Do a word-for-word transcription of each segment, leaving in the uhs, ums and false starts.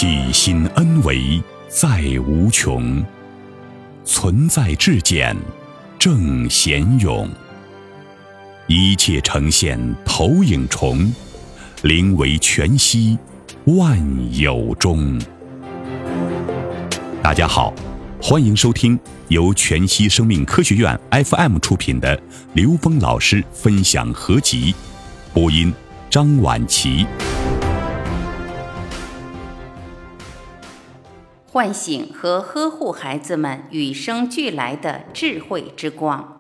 体心恩为在无穷，存在至简正贤勇。一切呈现投影重，灵为全息万有中。大家好，欢迎收听由全息生命科学院 F M 出品的刘峰老师分享合集，播音张婉琪。 唤醒和呵护孩子们与生俱来的智慧之光。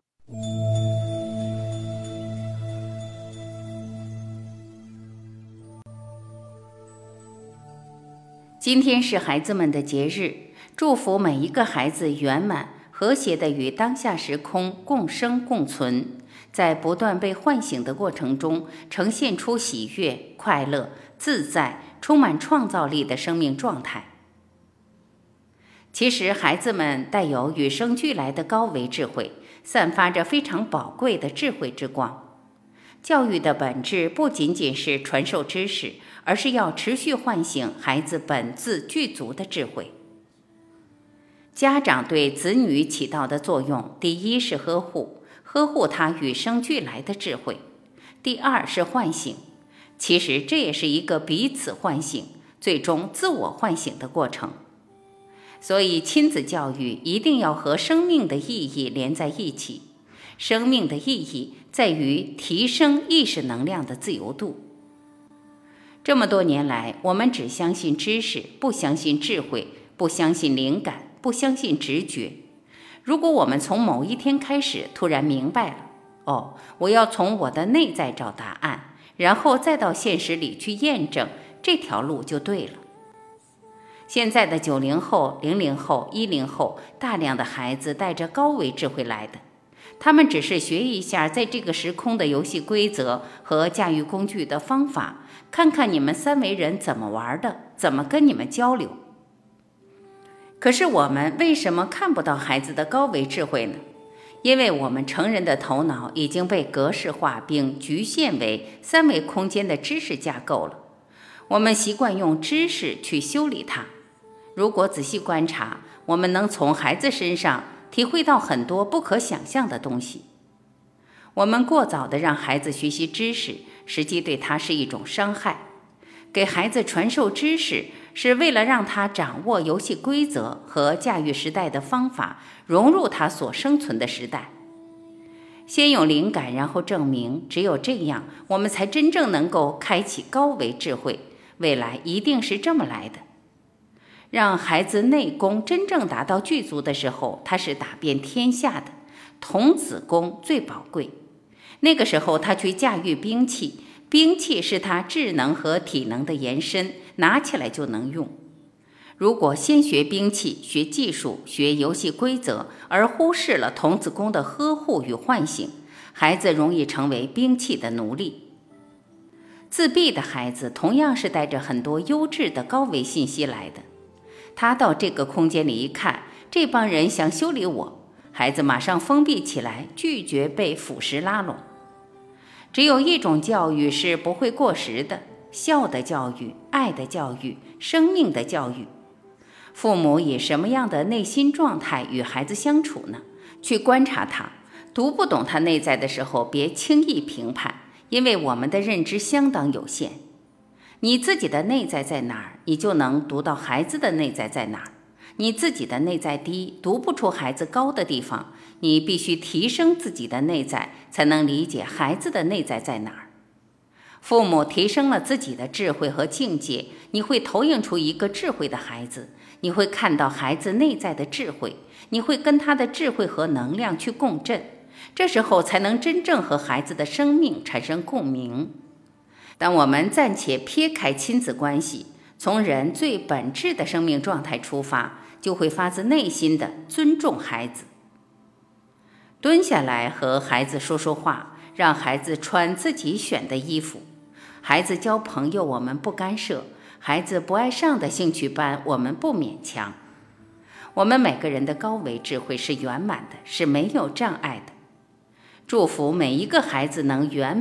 今天是孩子们的节日，祝福每一个孩子圆满和谐地与当下时空共生共存，在不断被唤醒的过程中，呈现出喜悦、快乐、自在、充满创造力的生命状态。其实孩子们带有与生俱来的高维智慧，散发着非常宝贵的智慧之光。教育的本质不仅仅是传授知识，而是要持续唤醒孩子本自具足的智慧。家长对子女起到的作用，第一是呵护，呵护他与生俱来的智慧；第二是唤醒，其实这也是一个彼此唤醒，最终自我唤醒的过程。所以亲子教育一定要和生命的意义连在一起，生命的意义在于提升意识能量的自由度。这么多年来，我们只相信知识，不相信智慧，不相信灵感，不相信直觉。如果我们从某一天开始突然明白了，哦，我要从我的内在找答案，然后再到现实里去验证，这条路就对了。现在的九零后、零零后、一零后，大量的孩子带着高维智慧来的，他们只是学一下在这个时空的游戏规则和驾驭工具的方法，看看你们三维人怎么玩的，怎么跟你们交流。可是我们为什么看不到孩子的高维智慧呢？因为我们成人的头脑已经被格式化并局限为三维空间的知识架构了，我们习惯用知识去修理它。如果仔细观察，我们能从孩子身上体会到很多不可想象的东西。我们过早地让孩子学习知识，实际对他是一种伤害。给孩子传授知识，是为了让他掌握游戏规则和驾驭时代的方法，融入他所生存的时代。先有灵感，然后证明，只有这样，我们才真正能够开启高维智慧。未来一定是这么来的。让孩子内功真正达到具足的时候，他是打遍天下的，童子功最宝贵。那个时候他去驾驭兵器，兵器是他智能和体能的延伸，拿起来就能用。如果先学兵器、学技术、学游戏规则，而忽视了童子功的呵护与唤醒，孩子容易成为兵器的奴隶。自闭的孩子同样是带着很多优质的高维信息来的，他到这个空间里一看，这帮人想修理我，孩子马上封闭起来，拒绝被腐蚀拉拢。只有一种教育是不会过时的，笑的教育、爱的教育、生命的教育。父母以什么样的内心状态与孩子相处呢？去观察他，读不懂他内在的时候，别轻易评判，因为我们的认知相当有限。你自己的内在在哪儿，你就能读到孩子的内在在哪儿。你自己的内在低，读不出孩子高的地方，你必须提升自己的内在，才能理解孩子的内在在哪儿。父母提升了自己的智慧和境界，你会投影出一个智慧的孩子，你会看到孩子内在的智慧，你会跟他的智慧和能量去共振，这时候才能真正和孩子的生命产生共鸣。当我们暂且撇开亲子关系，从人最本质的生命状态出发，就会发自内心的尊重孩子。蹲下来和孩子说说话，让孩子穿自己选的衣服。孩子交朋友我们不干涉，孩子不爱上的兴趣班我们不勉强。我们每个人的高维智慧是圆满的，是没有障碍的。祝福每一个孩子能圆满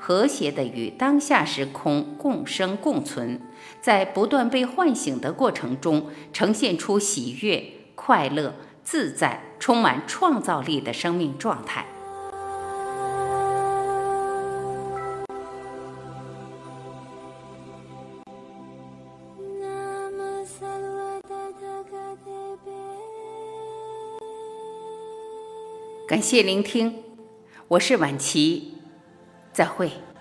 和谐地与当下时空共生共存，在不断被唤醒的过程中，呈现出喜悦、快乐、自在、充满创造力的生命状态。感谢聆听，我是婉琪，再会。